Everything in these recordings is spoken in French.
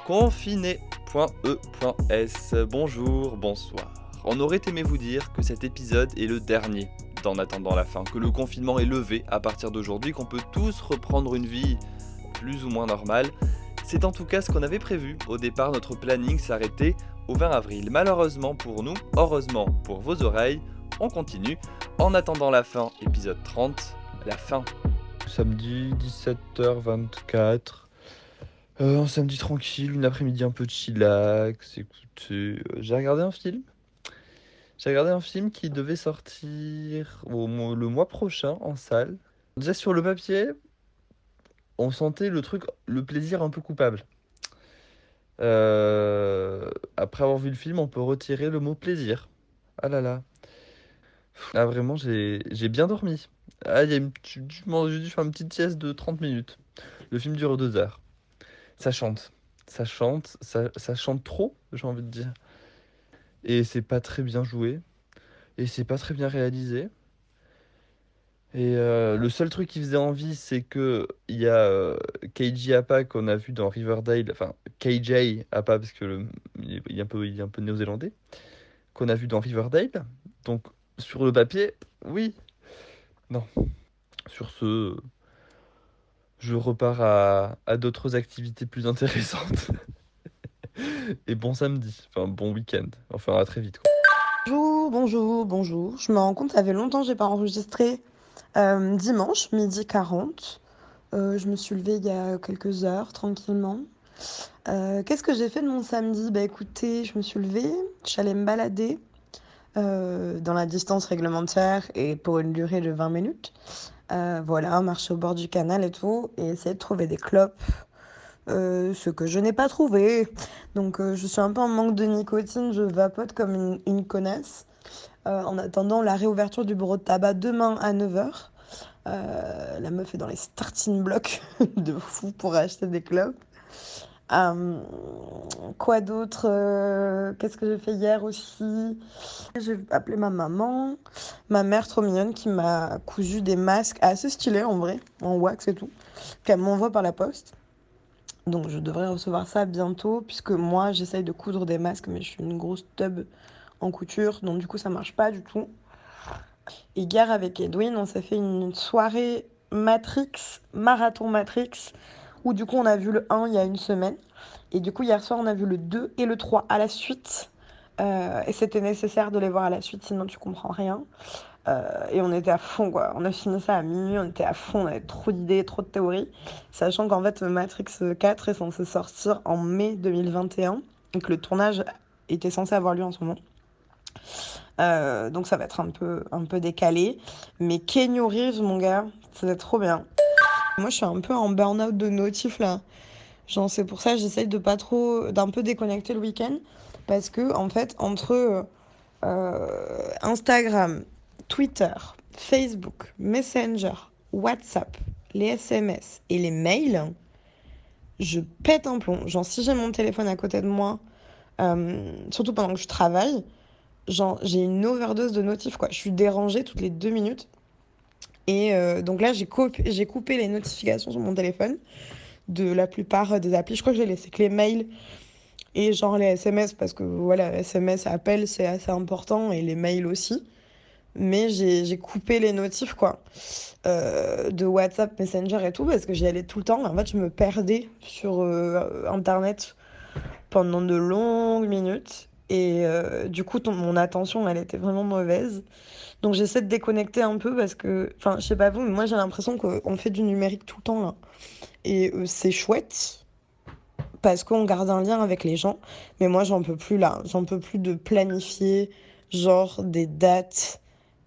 Confiné.e.s. Bonjour, bonsoir. On aurait aimé vous dire que cet épisode est le dernier d'En attendant la fin, que le confinement est levé à partir d'aujourd'hui, qu'on peut tous reprendre une vie plus ou moins normale. C'est en tout cas ce qu'on avait prévu. Au départ, notre planning s'arrêtait au 20 avril. Malheureusement pour nous, heureusement pour vos oreilles, on continue. En attendant la fin, épisode 30, la fin. Samedi 17h24. Un samedi tranquille, une après-midi un peu chillax. Écoutez, j'ai regardé un film. J'ai regardé un film qui devait sortir le mois prochain en salle. Déjà sur le papier, on sentait le plaisir un peu coupable. Après avoir vu le film, on peut retirer le mot plaisir. Ah là là. Ah vraiment, j'ai bien dormi. Ah, j'ai dû faire une petite sieste de 30 minutes. Le film dure 2 heures. Ça chante. Ça chante trop, j'ai envie de dire. Et c'est pas très bien joué. Et c'est pas très bien réalisé. Et le seul truc qui faisait envie, c'est que il y a Keiji Appa qu'on a vu dans Riverdale. Enfin, KJ Appa, parce que il est un peu néo-zélandais. Qu'on a vu dans Riverdale. Donc, sur le papier, oui. Non. Sur ce, je repars à d'autres activités plus intéressantes. Et bon samedi. Enfin, bon week-end. Enfin, à très vite, quoi. Bonjour, bonjour, bonjour. Je me rends compte, ça fait longtemps que j'ai pas enregistré. Dimanche, 12h40. Je me suis levée il y a quelques heures, tranquillement. Qu'est-ce que j'ai fait de mon samedi? Bah écoutez, je me suis levée, je suis allée me balader dans la distance réglementaire et pour une durée de 20 minutes. Voilà, marcher au bord du canal et tout, et essayer de trouver des clopes. Ce que je n'ai pas trouvé. Donc je suis un peu en manque de nicotine, je vapote comme une connasse. En attendant la réouverture du bureau de tabac demain à 9h. La meuf est dans les starting blocks de fou pour acheter des clopes. Euh, quoi d'autre? Qu'est-ce que j'ai fait hier aussi? J'ai appelé ma maman, ma mère trop mignonne qui m'a cousu des masques assez stylés en vrai, en wax et tout, qu'elle m'envoie par la poste. Donc je devrais recevoir ça bientôt, puisque moi j'essaye de coudre des masques, mais je suis une grosse teub en couture, donc du coup ça marche pas du tout. Et hier avec Edwin, on s'est fait une soirée Matrix, marathon Matrix, où du coup on a vu le 1 il y a une semaine. Et du coup hier soir on a vu le 2 et le 3 à la suite. Et c'était nécessaire de les voir à la suite, sinon tu comprends rien. Et on était à fond, quoi. On a fini ça à minuit, on était à fond, on avait trop d'idées, trop de théories. Sachant qu'en fait, Matrix 4 est censé sortir en mai 2021 et que le tournage était censé avoir lieu en ce moment. Donc ça va être un peu décalé. Mais Keanu Reeves, mon gars, c'est trop bien. Moi, je suis un peu en burn-out de notif là. Genre, c'est pour ça que j'essaye de pas trop, d'un peu déconnecter le week-end. Parce que, en fait, entre Instagram, Twitter, Facebook, Messenger, WhatsApp, les SMS et les mails, je pète un plomb. Genre, si j'ai mon téléphone à côté de moi, surtout pendant que je travaille, genre, j'ai une overdose de notifs, quoi. Je suis dérangée toutes les 2 minutes. Et donc là, j'ai coupé les notifications sur mon téléphone de la plupart des applis. Je crois que j'ai laissé que les mails et genre les SMS, parce que voilà, SMS, appel, c'est assez important, et les mails aussi. Mais j'ai coupé les notifs, quoi, de WhatsApp, Messenger et tout, parce que j'y allais tout le temps. En fait, je me perdais sur Internet pendant de longues minutes. Et du coup, mon attention, elle était vraiment mauvaise. Donc j'essaie de déconnecter un peu parce que, enfin, je sais pas vous, mais moi j'ai l'impression qu'on fait du numérique tout le temps, là. Et c'est chouette parce qu'on garde un lien avec les gens. Mais moi, j'en peux plus, là. J'en peux plus de planifier, genre, des dates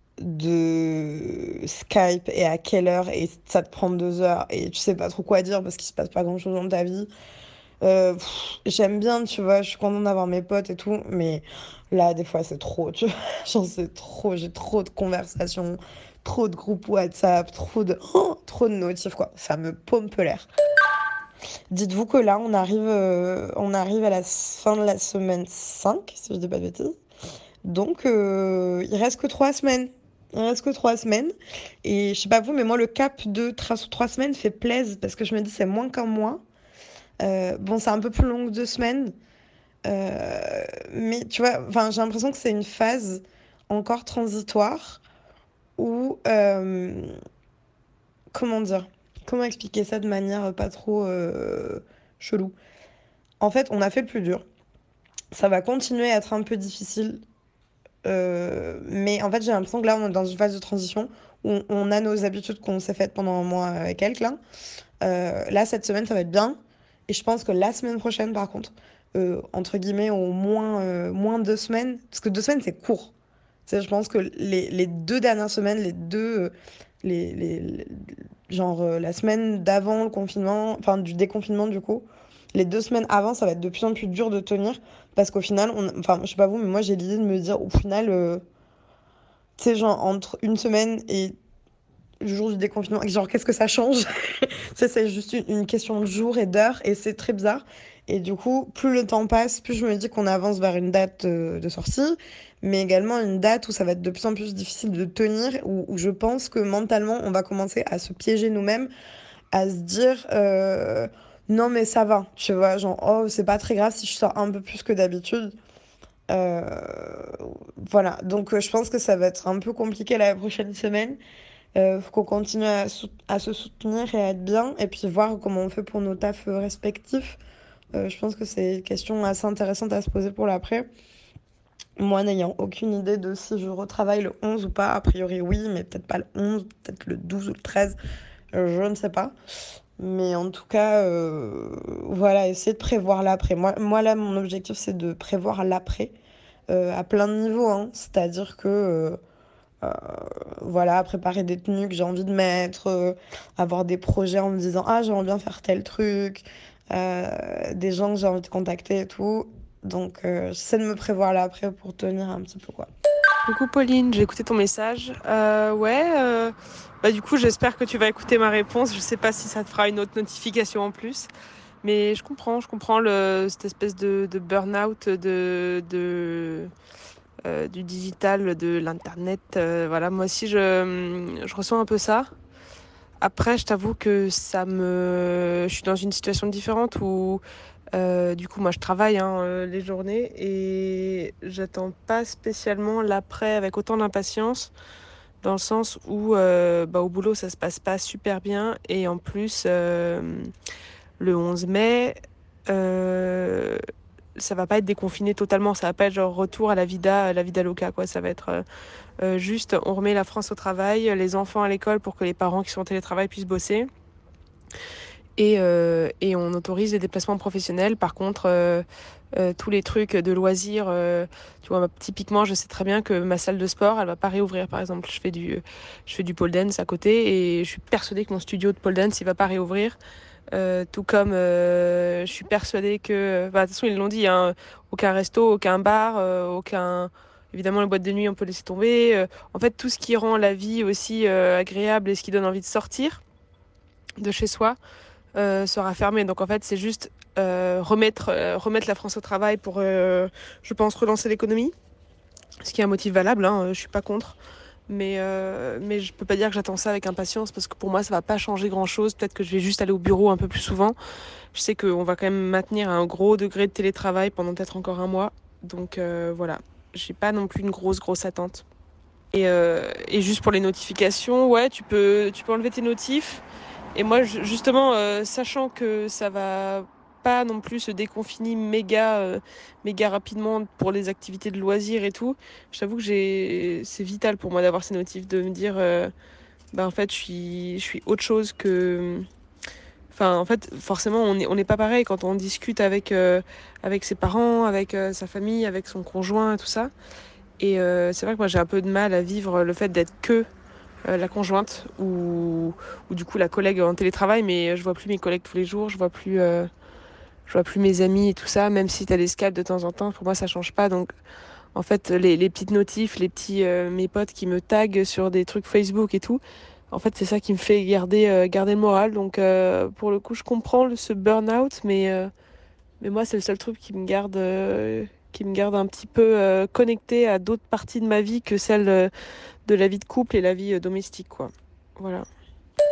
de Skype et à quelle heure, et ça te prend 2 heures et tu sais pas trop quoi dire parce qu'il se passe pas grand chose dans ta vie. J'aime bien, tu vois, je suis contente d'avoir mes potes et tout, mais là des fois c'est trop, tu vois. Genre c'est trop, j'ai trop de conversations, trop de groupes WhatsApp, trop de notifs, quoi, ça me pompe l'air. Dites-vous que là on arrive à la fin de la semaine 5 si je dis pas de bêtises. Donc, il reste que 3 semaines. Il reste que 3 semaines. Et je sais pas vous, mais moi, le cap de 3 semaines fait plaisir parce que je me dis c'est moins qu'un mois. Bon, c'est un peu plus long que 2 semaines, mais tu vois, enfin, j'ai l'impression que c'est une phase encore transitoire où, comment dire, comment expliquer ça de manière pas trop chelou. En fait, on a fait le plus dur. Ça va continuer à être un peu difficile. Mais en fait, j'ai l'impression que là, on est dans une phase de transition où on a nos habitudes qu'on s'est faites pendant un mois avec quelques là. Là, cette semaine, ça va être bien. Et je pense que la semaine prochaine, par contre, entre guillemets, au moins, moins 2 semaines, parce que 2 semaines, c'est court. Tu sais, je pense que les 2 dernières semaines, genre la semaine d'avant le confinement, enfin du déconfinement du coup, les 2 semaines avant, ça va être de plus en plus dur de tenir parce qu'au final, enfin, je sais pas vous, mais moi j'ai l'idée de me dire au final, tu sais, genre entre une semaine et le jour du déconfinement, genre qu'est-ce que ça change? C'est juste une question de jours et d'heures et c'est très bizarre. Et du coup, plus le temps passe, plus je me dis qu'on avance vers une date de sortie, mais également une date où ça va être de plus en plus difficile de tenir, où je pense que mentalement, on va commencer à se piéger nous-mêmes, à se dire non mais ça va, tu vois, genre oh c'est pas très grave si je sors un peu plus que d'habitude. Euh, voilà, donc je pense que ça va être un peu compliqué la prochaine semaine. Faut qu'on continue à se soutenir et à être bien, et puis voir comment on fait pour nos tafs respectifs. Je pense que c'est une question assez intéressante à se poser pour l'après. Moi, n'ayant aucune idée de si je retravaille le 11 ou pas, a priori oui, mais peut-être pas le 11, peut-être le 12 ou le 13, je ne sais pas. Mais en tout cas, voilà, essayer de prévoir l'après. Moi, là, mon objectif, c'est de prévoir l'après à plein de niveaux, hein. C'est-à-dire que euh, voilà, préparer des tenues que j'ai envie de mettre, avoir des projets en me disant ah j'aimerais bien faire tel truc, des gens que j'ai envie de contacter et tout. Donc j'essaie de me prévoir là après pour tenir un petit peu quoi. Coucou Pauline, j'ai écouté ton message. Bah du coup j'espère que tu vas écouter ma réponse. Je sais pas si ça te fera une autre notification en plus, mais je comprends cette espèce de burn-out du digital, de l'internet. Voilà, moi aussi je ressens un peu ça. Après, je t'avoue que je suis dans une situation différente où du coup, moi, je travaille les journées et j'attends pas spécialement l'après avec autant d'impatience, dans le sens où bah, au boulot, ça se passe pas super bien et en plus, le 11 mai, euh, ça va pas être déconfiné totalement, ça va pas être genre retour à la vida loca, quoi. Ça va être juste, on remet la France au travail, les enfants à l'école pour que les parents qui sont en télétravail puissent bosser. Et on autorise les déplacements professionnels. Par contre, tous les trucs de loisirs, tu vois, typiquement, je sais très bien que ma salle de sport, elle va pas réouvrir. Par exemple, je fais du pole dance à côté et je suis persuadée que mon studio de pole dance, il va pas réouvrir. Tout comme je suis persuadée que, bah, de toute façon, ils l'ont dit, hein, aucun resto, aucun bar, aucun. Évidemment, les boîtes de nuit, on peut laisser tomber. En fait, tout ce qui rend la vie aussi agréable et ce qui donne envie de sortir de chez soi, sera fermé. Donc en fait, c'est juste remettre la France au travail pour, je pense, relancer l'économie. Ce qui est un motif valable, hein, je suis pas contre. Mais je peux pas dire que j'attends ça avec impatience parce que pour moi, ça va pas changer grand-chose. Peut-être que je vais juste aller au bureau un peu plus souvent. Je sais qu'on va quand même maintenir un gros degré de télétravail pendant peut-être encore un mois. Donc voilà, j'ai pas non plus une grosse attente. Et juste pour les notifications, ouais, tu peux enlever tes notifs. Et moi, justement, sachant que ça va pas non plus se déconfiner méga rapidement pour les activités de loisirs et tout, je t'avoue que c'est vital pour moi d'avoir ces notifs, de me dire, bah en fait, je suis autre chose que. Enfin, en fait, forcément, on n'est pas pareil quand on discute avec ses parents, avec sa famille, avec son conjoint, tout ça. Et c'est vrai que moi, j'ai un peu de mal à vivre le fait d'être que la conjointe ou du coup la collègue en télétravail, mais je vois plus mes collègues tous les jours, je vois plus mes amis et tout ça, même si t'as des Skype de temps en temps, pour moi ça change pas. Donc en fait les petites notifs, mes potes qui me taguent sur des trucs Facebook et tout, en fait c'est ça qui me fait garder le moral. Donc pour le coup je comprends ce burn-out, mais moi c'est le seul truc qui me garde un petit peu connecté à d'autres parties de ma vie que celle de la vie de couple et la vie domestique, quoi. Voilà.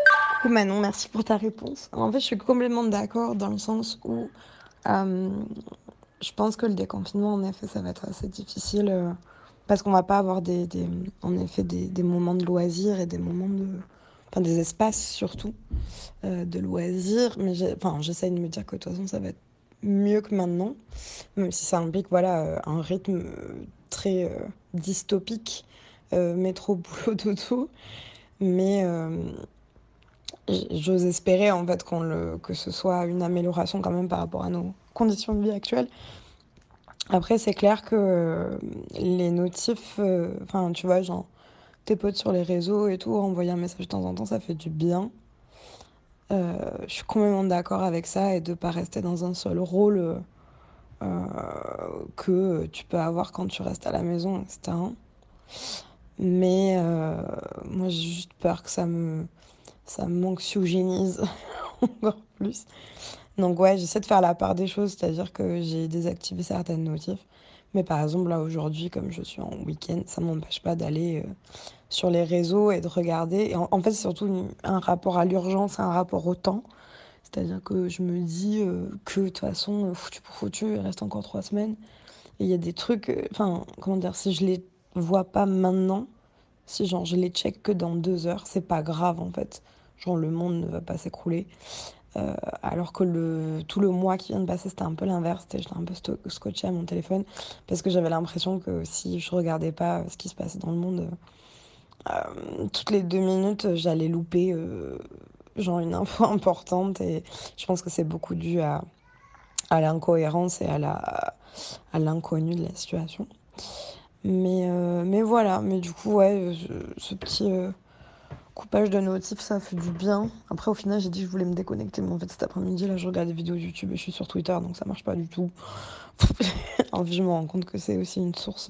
coup, Manon, merci pour ta réponse. En fait, je suis complètement d'accord dans le sens où euh, je pense que le déconfinement, en effet, ça va être assez difficile parce qu'on va pas avoir en effet, des moments de loisirs et des moments de... Enfin, des espaces surtout de loisirs. Mais enfin, j'essaye de me dire que de toute façon, ça va être mieux que maintenant, même si ça implique voilà, un rythme très dystopique, métro, boulot, dodo. Mais j'ose espérer en fait que ce soit une amélioration quand même par rapport à nos conditions de vie actuelles. Après, c'est clair que les notifs, enfin, tu vois, genre, tes potes sur les réseaux et tout, envoyer un message de temps en temps, ça fait du bien. Je suis complètement d'accord avec ça et de pas rester dans un seul rôle que tu peux avoir quand tu restes à la maison, etc. Mais moi, j'ai juste peur que ça m'anxiogénise encore plus. Donc ouais, j'essaie de faire la part des choses, c'est-à-dire que j'ai désactivé certaines notifs. Mais par exemple, là aujourd'hui, comme je suis en week-end, ça ne m'empêche pas d'aller sur les réseaux et de regarder. Et en fait, c'est surtout un rapport à l'urgence, un rapport au temps. C'est-à-dire que je me dis que de toute façon, foutu pour foutu, il reste encore 3 semaines. Et il y a des trucs, enfin, comment dire, si je les vois pas maintenant, si genre je les check que dans 2 heures, c'est pas grave en fait. Genre le monde ne va pas s'écrouler. Alors que tout le mois qui vient de passer, c'était un peu l'inverse. J'étais un peu scotché à mon téléphone parce que j'avais l'impression que si je regardais pas ce qui se passait dans le monde, toutes les 2 minutes, j'allais louper genre une info importante. Et je pense que c'est beaucoup dû à l'incohérence et à l'inconnu de la situation. Mais voilà, mais du coup, ouais, ce petit coupage de notifs, ça fait du bien. Après, au final, j'ai dit que je voulais me déconnecter, mais en fait, cet après-midi, là, je regarde des vidéos YouTube et je suis sur Twitter, donc ça marche pas du tout. En fait, je me rends compte que c'est aussi une source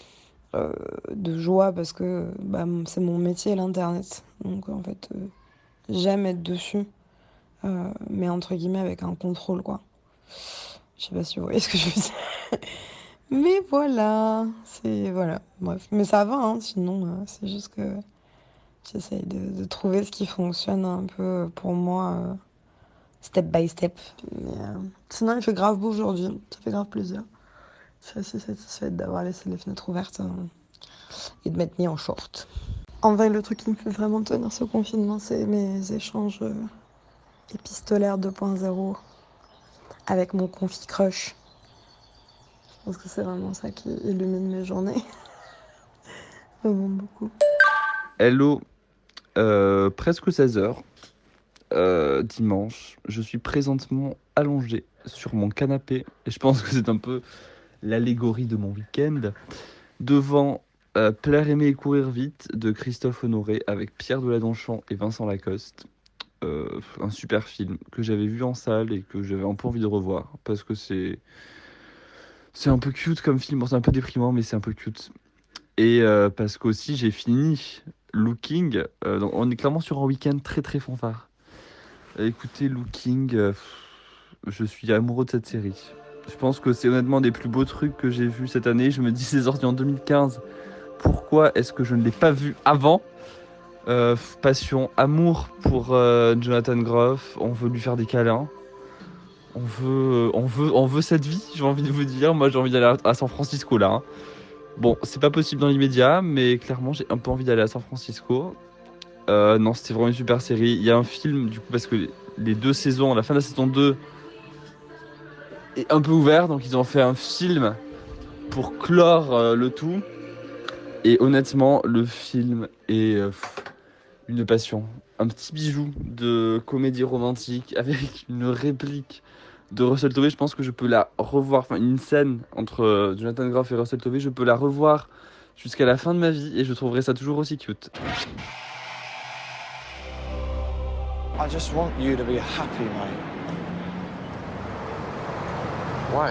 de joie parce que bah, c'est mon métier, l'internet. Donc, en fait, j'aime être dessus, mais entre guillemets, avec un contrôle, quoi. Je sais pas si vous voyez ce que je veux dire. Mais voilà, c'est voilà, bref. Mais ça va, hein, sinon, c'est juste que j'essaye de trouver ce qui fonctionne un peu pour moi, step by step. Mais sinon, il fait grave beau aujourd'hui, ça fait grave plaisir. Je suis assez satisfaite d'avoir laissé les fenêtres ouvertes et de m'être mis en short. En vrai, le truc qui me fait vraiment tenir ce confinement, c'est mes échanges épistolaires 2.0 avec mon confi crush. Je pense que c'est vraiment ça qui illumine mes journées. Vraiment beaucoup. Hello, presque 16 h, dimanche. Je suis présentement allongé sur mon canapé et je pense que c'est un peu l'allégorie de mon week-end. Devant Plaire, aimer et courir vite de Christophe Honoré avec Pierre Deladonchamp et Vincent Lacoste. Un super film que j'avais vu en salle et que j'avais un peu envie de revoir parce que c'est un peu cute comme film. Bon, c'est un peu déprimant, mais c'est un peu cute. Et parce qu'aussi j'ai fini Looking. Donc on est clairement sur un week-end très très fanfare. Écoutez, Looking, je suis amoureux de cette série. Je pense que c'est honnêtement des plus beaux trucs que j'ai vus cette année. Je me dis, c'est sorti en 2015. Pourquoi est-ce que je ne l'ai pas vu avant? Passion, amour pour Jonathan Groff. On veut lui faire des câlins. On veut cette vie, j'ai envie de vous dire. Moi, j'ai envie d'aller à San Francisco là, hein. Bon, c'est pas possible dans l'immédiat, mais clairement, j'ai un peu envie d'aller à San Francisco. Non, c'était vraiment une super série. Il y a un film, du coup, parce que les 2 saisons, la fin de la saison 2 est un peu ouvert, donc ils ont fait un film pour clore le tout. Et honnêtement, le film est une passion. Un petit bijou de comédie romantique avec une réplique de Russell Tovey. Je pense que je peux la revoir, enfin une scène entre Jonathan Groff et Russell Tovey, je peux la revoir jusqu'à la fin de ma vie et je trouverai ça toujours aussi cute. I just want you to be happy, mate. Why?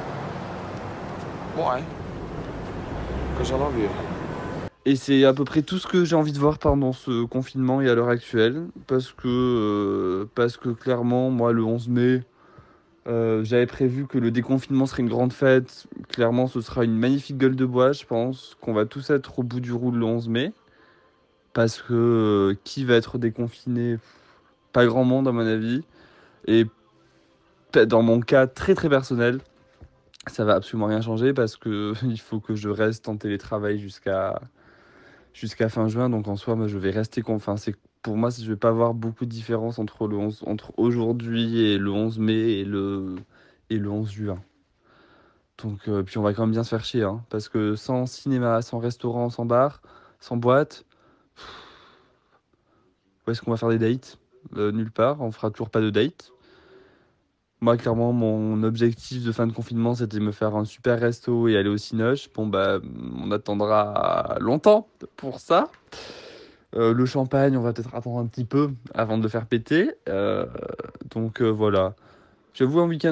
Why? Because I love you. Et c'est à peu près tout ce que j'ai envie de voir pendant ce confinement et à l'heure actuelle. Parce que clairement, moi, le 11 mai, j'avais prévu que le déconfinement serait une grande fête. Clairement, ce sera une magnifique gueule de bois. Je pense qu'on va tous être au bout du roule le 11 mai. Parce que qui va être déconfiné? pas grand monde à mon avis. Et dans mon cas très très personnel, ça va absolument rien changer parce que il faut que je reste en télétravail jusqu'à fin juin. Donc en soi, moi, je vais rester pour moi, je vais pas avoir beaucoup de différence entre aujourd'hui et le 11 mai et le 11 juin. Donc puis on va quand même bien se faire chier, hein, parce que sans cinéma, sans restaurant, sans bar, sans boîte, où est-ce qu'on va faire des dates? Nulle part, on fera toujours pas de date. Moi, clairement, mon objectif de fin de confinement, c'était de me faire un super resto et aller au Cinoche. Bon, bah, on attendra longtemps pour ça. Le champagne, on va peut-être attendre un petit peu avant de le faire péter. Donc voilà. J'avoue un week-end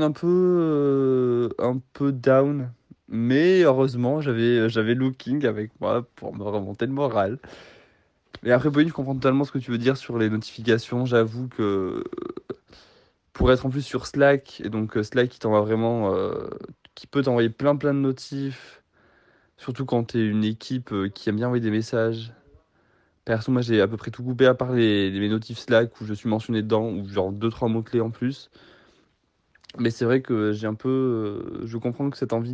un peu down. Mais heureusement, j'avais Looking avec moi pour me remonter le moral. Et après, Pauline, je comprends totalement ce que tu veux dire sur les notifications. J'avoue que pour être en plus sur Slack, et donc Slack qui t'envoie vraiment, qui peut t'envoyer plein plein de notifs, surtout quand t'es une équipe qui aime bien envoyer des messages. Perso, moi j'ai à peu près tout coupé à part mes notifs Slack où je suis mentionné dedans, ou genre 2-3 mots-clés en plus. Mais c'est vrai que j'ai un peu. Je comprends que cette envie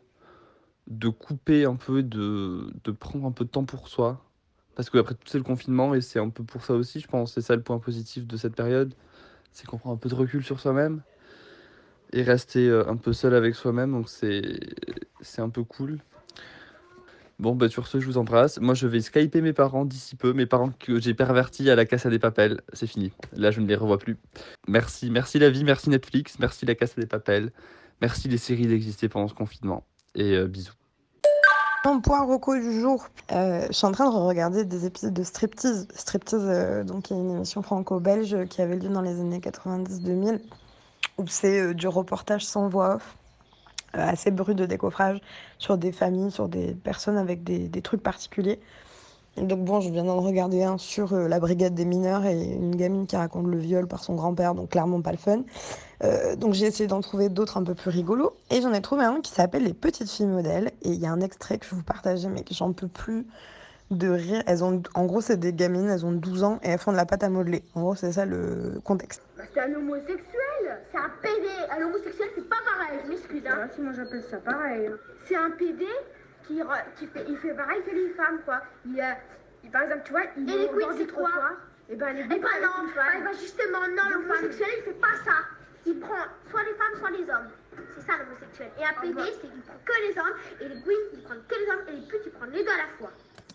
de couper un peu, de prendre un peu de temps pour soi. Parce que après tout, c'est le confinement et c'est un peu pour ça aussi, je pense. C'est ça le point positif de cette période. C'est qu'on prend un peu de recul sur soi-même et rester un peu seul avec soi-même. Donc c'est un peu cool. Bon, bah sur ce, je vous embrasse. Moi, je vais skyper mes parents d'ici peu. Mes parents que j'ai pervertis à la Casa des Papel. C'est fini. Là, je ne les revois plus. Merci la vie, merci Netflix, merci la Casa des Papel. Merci les séries d'exister pendant ce confinement. Et bisous. Mon point reco du jour, je suis en train de regarder des épisodes de Striptease. Striptease, donc, est une émission franco-belge qui avait lieu dans les années 90-2000, où c'est du reportage sans voix off, assez brut de décoffrage sur des familles, sur des personnes avec des trucs particuliers. Et donc bon, je viens d'en regarder un sur la brigade des mineurs et une gamine qui raconte le viol par son grand-père, donc clairement pas le fun. Donc j'ai essayé d'en trouver d'autres un peu plus rigolos et j'en ai trouvé un qui s'appelle Les Petites Filles Modèles et il y a un extrait que je vais vous partager mais que j'en peux plus de rire. En gros, c'est des gamines, elles ont 12 ans et elles font de la pâte à modeler. En gros, c'est ça le contexte. Bah, c'est un homosexuel, c'est un PD. Un homosexuel, c'est pas pareil, je m'excuse. Hein. Si moi j'appelle ça pareil. C'est un PD il fait pareil que les femmes, quoi. Par exemple, tu vois, il est au bord du trottoir. Et ben les queens, non, justement, non, l'homosexuel, il fait pas ça. Il prend soit les femmes, soit les hommes. C'est ça l'homosexuel. Et un PD, c'est qu'il prend que les hommes. Et les queens, ils prennent que les hommes. Et les putes, ils prennent les deux à la fois.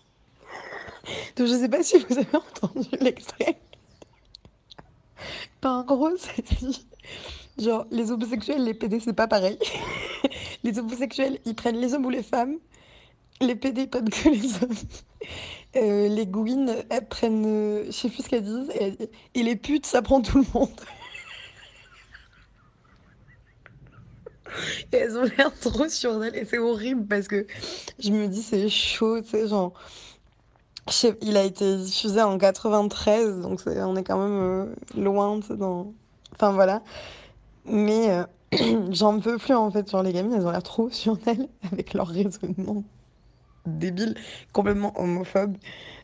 Donc je sais pas si vous avez entendu l'extrait. En gros, c'est dit, genre, les homosexuels, les PD, c'est pas pareil. Les homosexuels, ils prennent les hommes ou les femmes. Les PD, ils prennent que les hommes. Les gouines, elles prennent, je sais plus ce qu'elles disent. Et les putes, ça prend tout le monde. Et elles ont l'air trop sûres d'elles. Et c'est horrible parce que je me dis, c'est chaud, tu sais, genre. Il a été diffusé en 93, donc on est quand même loin, tu sais, dans... Enfin, voilà. Mais j'en peux plus, en fait, sur les gamines, elles ont l'air trop sur elles, avec leur raisonnement débile, complètement homophobe.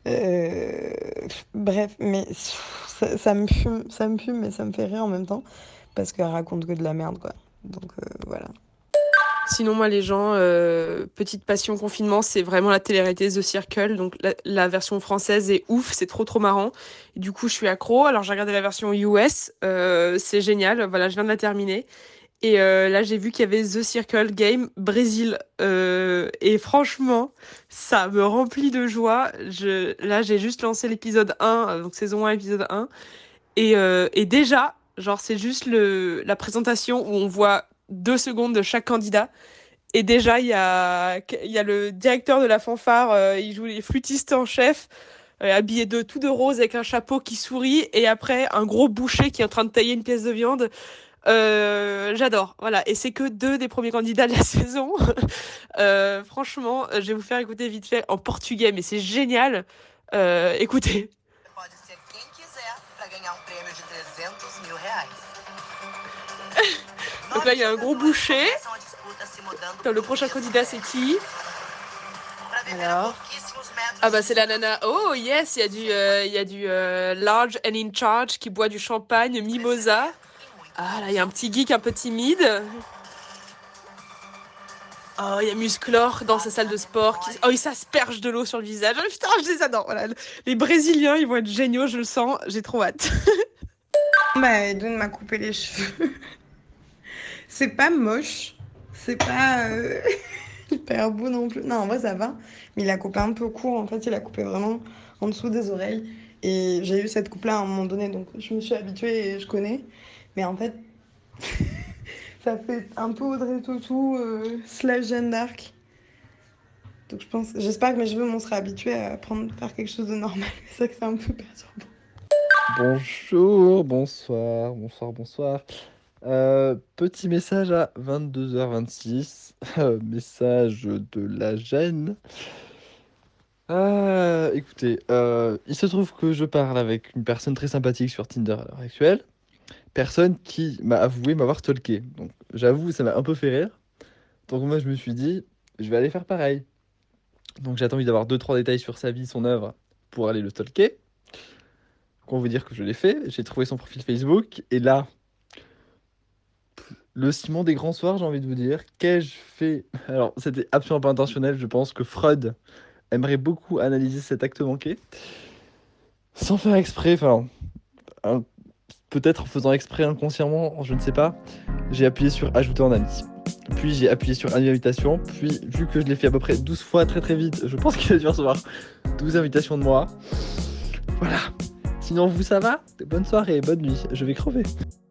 Bref, mais ça me fume, mais ça me fait rire en même temps, parce qu'elle raconte que de la merde, quoi. Donc, voilà. Sinon, moi, les gens, petite passion confinement, c'est vraiment la télé-réalité The Circle. Donc, la version française est ouf, c'est trop marrant. Et du coup, je suis accro. Alors, j'ai regardé la version US, c'est génial. Voilà, je viens de la terminer. Et là, j'ai vu qu'il y avait The Circle Game Brésil. Et franchement, ça me remplit de joie. Là, j'ai juste lancé l'épisode 1, donc saison 1, épisode 1. Et déjà, genre, c'est juste la présentation où on voit 2 secondes de chaque candidat. Et déjà, il y a le directeur de la fanfare, il joue les flûtistes en chef, habillé tout de rose avec un chapeau qui sourit. Et après, un gros boucher qui est en train de tailler une pièce de viande. J'adore, voilà. Et c'est que 2 des premiers candidats de la saison. Franchement, je vais vous faire écouter vite fait en portugais, mais c'est génial. Écoutez. Pode ser quem quiser para ganhar prêmio de 300 mil reais. Donc là, il y a un gros boucher. Le prochain candidat, c'est qui? Alors. Ah bah c'est la nana. Oh yes, il y a du large and in charge qui boit du champagne mimosa. Ah là, il y a un petit geek un peu timide. Oh, il y a Musclor dans sa salle de sport. Oh, il s'asperge de l'eau sur le visage. Oh, putain, je les adore. Voilà. Les Brésiliens, ils vont être géniaux, je le sens. J'ai trop hâte. Bah, Edwin m'a coupé les cheveux. C'est pas moche. C'est pas hyper beau non plus. Non, en vrai, ça va. Mais il a coupé un peu court. En fait, il a coupé vraiment en dessous des oreilles. Et j'ai eu cette coupe-là à un moment donné. Donc, je me suis habituée et je connais. Mais en fait, ça fait un peu Audrey Tautou slash Jeanne d'Arc. Donc, j'espère que mes cheveux m'ont sera habitués à faire quelque chose de normal. C'est ça que c'est un peu perturbant. Bonjour, bonsoir. Petit message à 22h26. Message de la gêne. Écoutez, il se trouve que je parle avec une personne très sympathique sur Tinder à l'heure actuelle. Personne qui m'a avoué m'avoir stalké. Donc j'avoue, ça m'a un peu fait rire. Donc moi je me suis dit, je vais aller faire pareil. Donc j'ai attendu d'avoir 2-3 détails sur sa vie, son œuvre, pour aller le stalker. On vous dire que je l'ai fait. J'ai trouvé son profil Facebook. Et là, le ciment des grands soirs, j'ai envie de vous dire. Qu'ai-je fait? Alors, c'était absolument pas intentionnel. Je pense que Freud aimerait beaucoup analyser cet acte manqué. Sans faire exprès, peut-être en faisant exprès inconsciemment, je ne sais pas. J'ai appuyé sur ajouter en ami. Puis j'ai appuyé sur invitation. Puis, vu que je l'ai fait à peu près 12 fois très très vite, je pense qu'il a dû recevoir 12 invitations de moi. Voilà. Sinon, vous, ça va? Bonne soirée, bonne nuit. Je vais crever.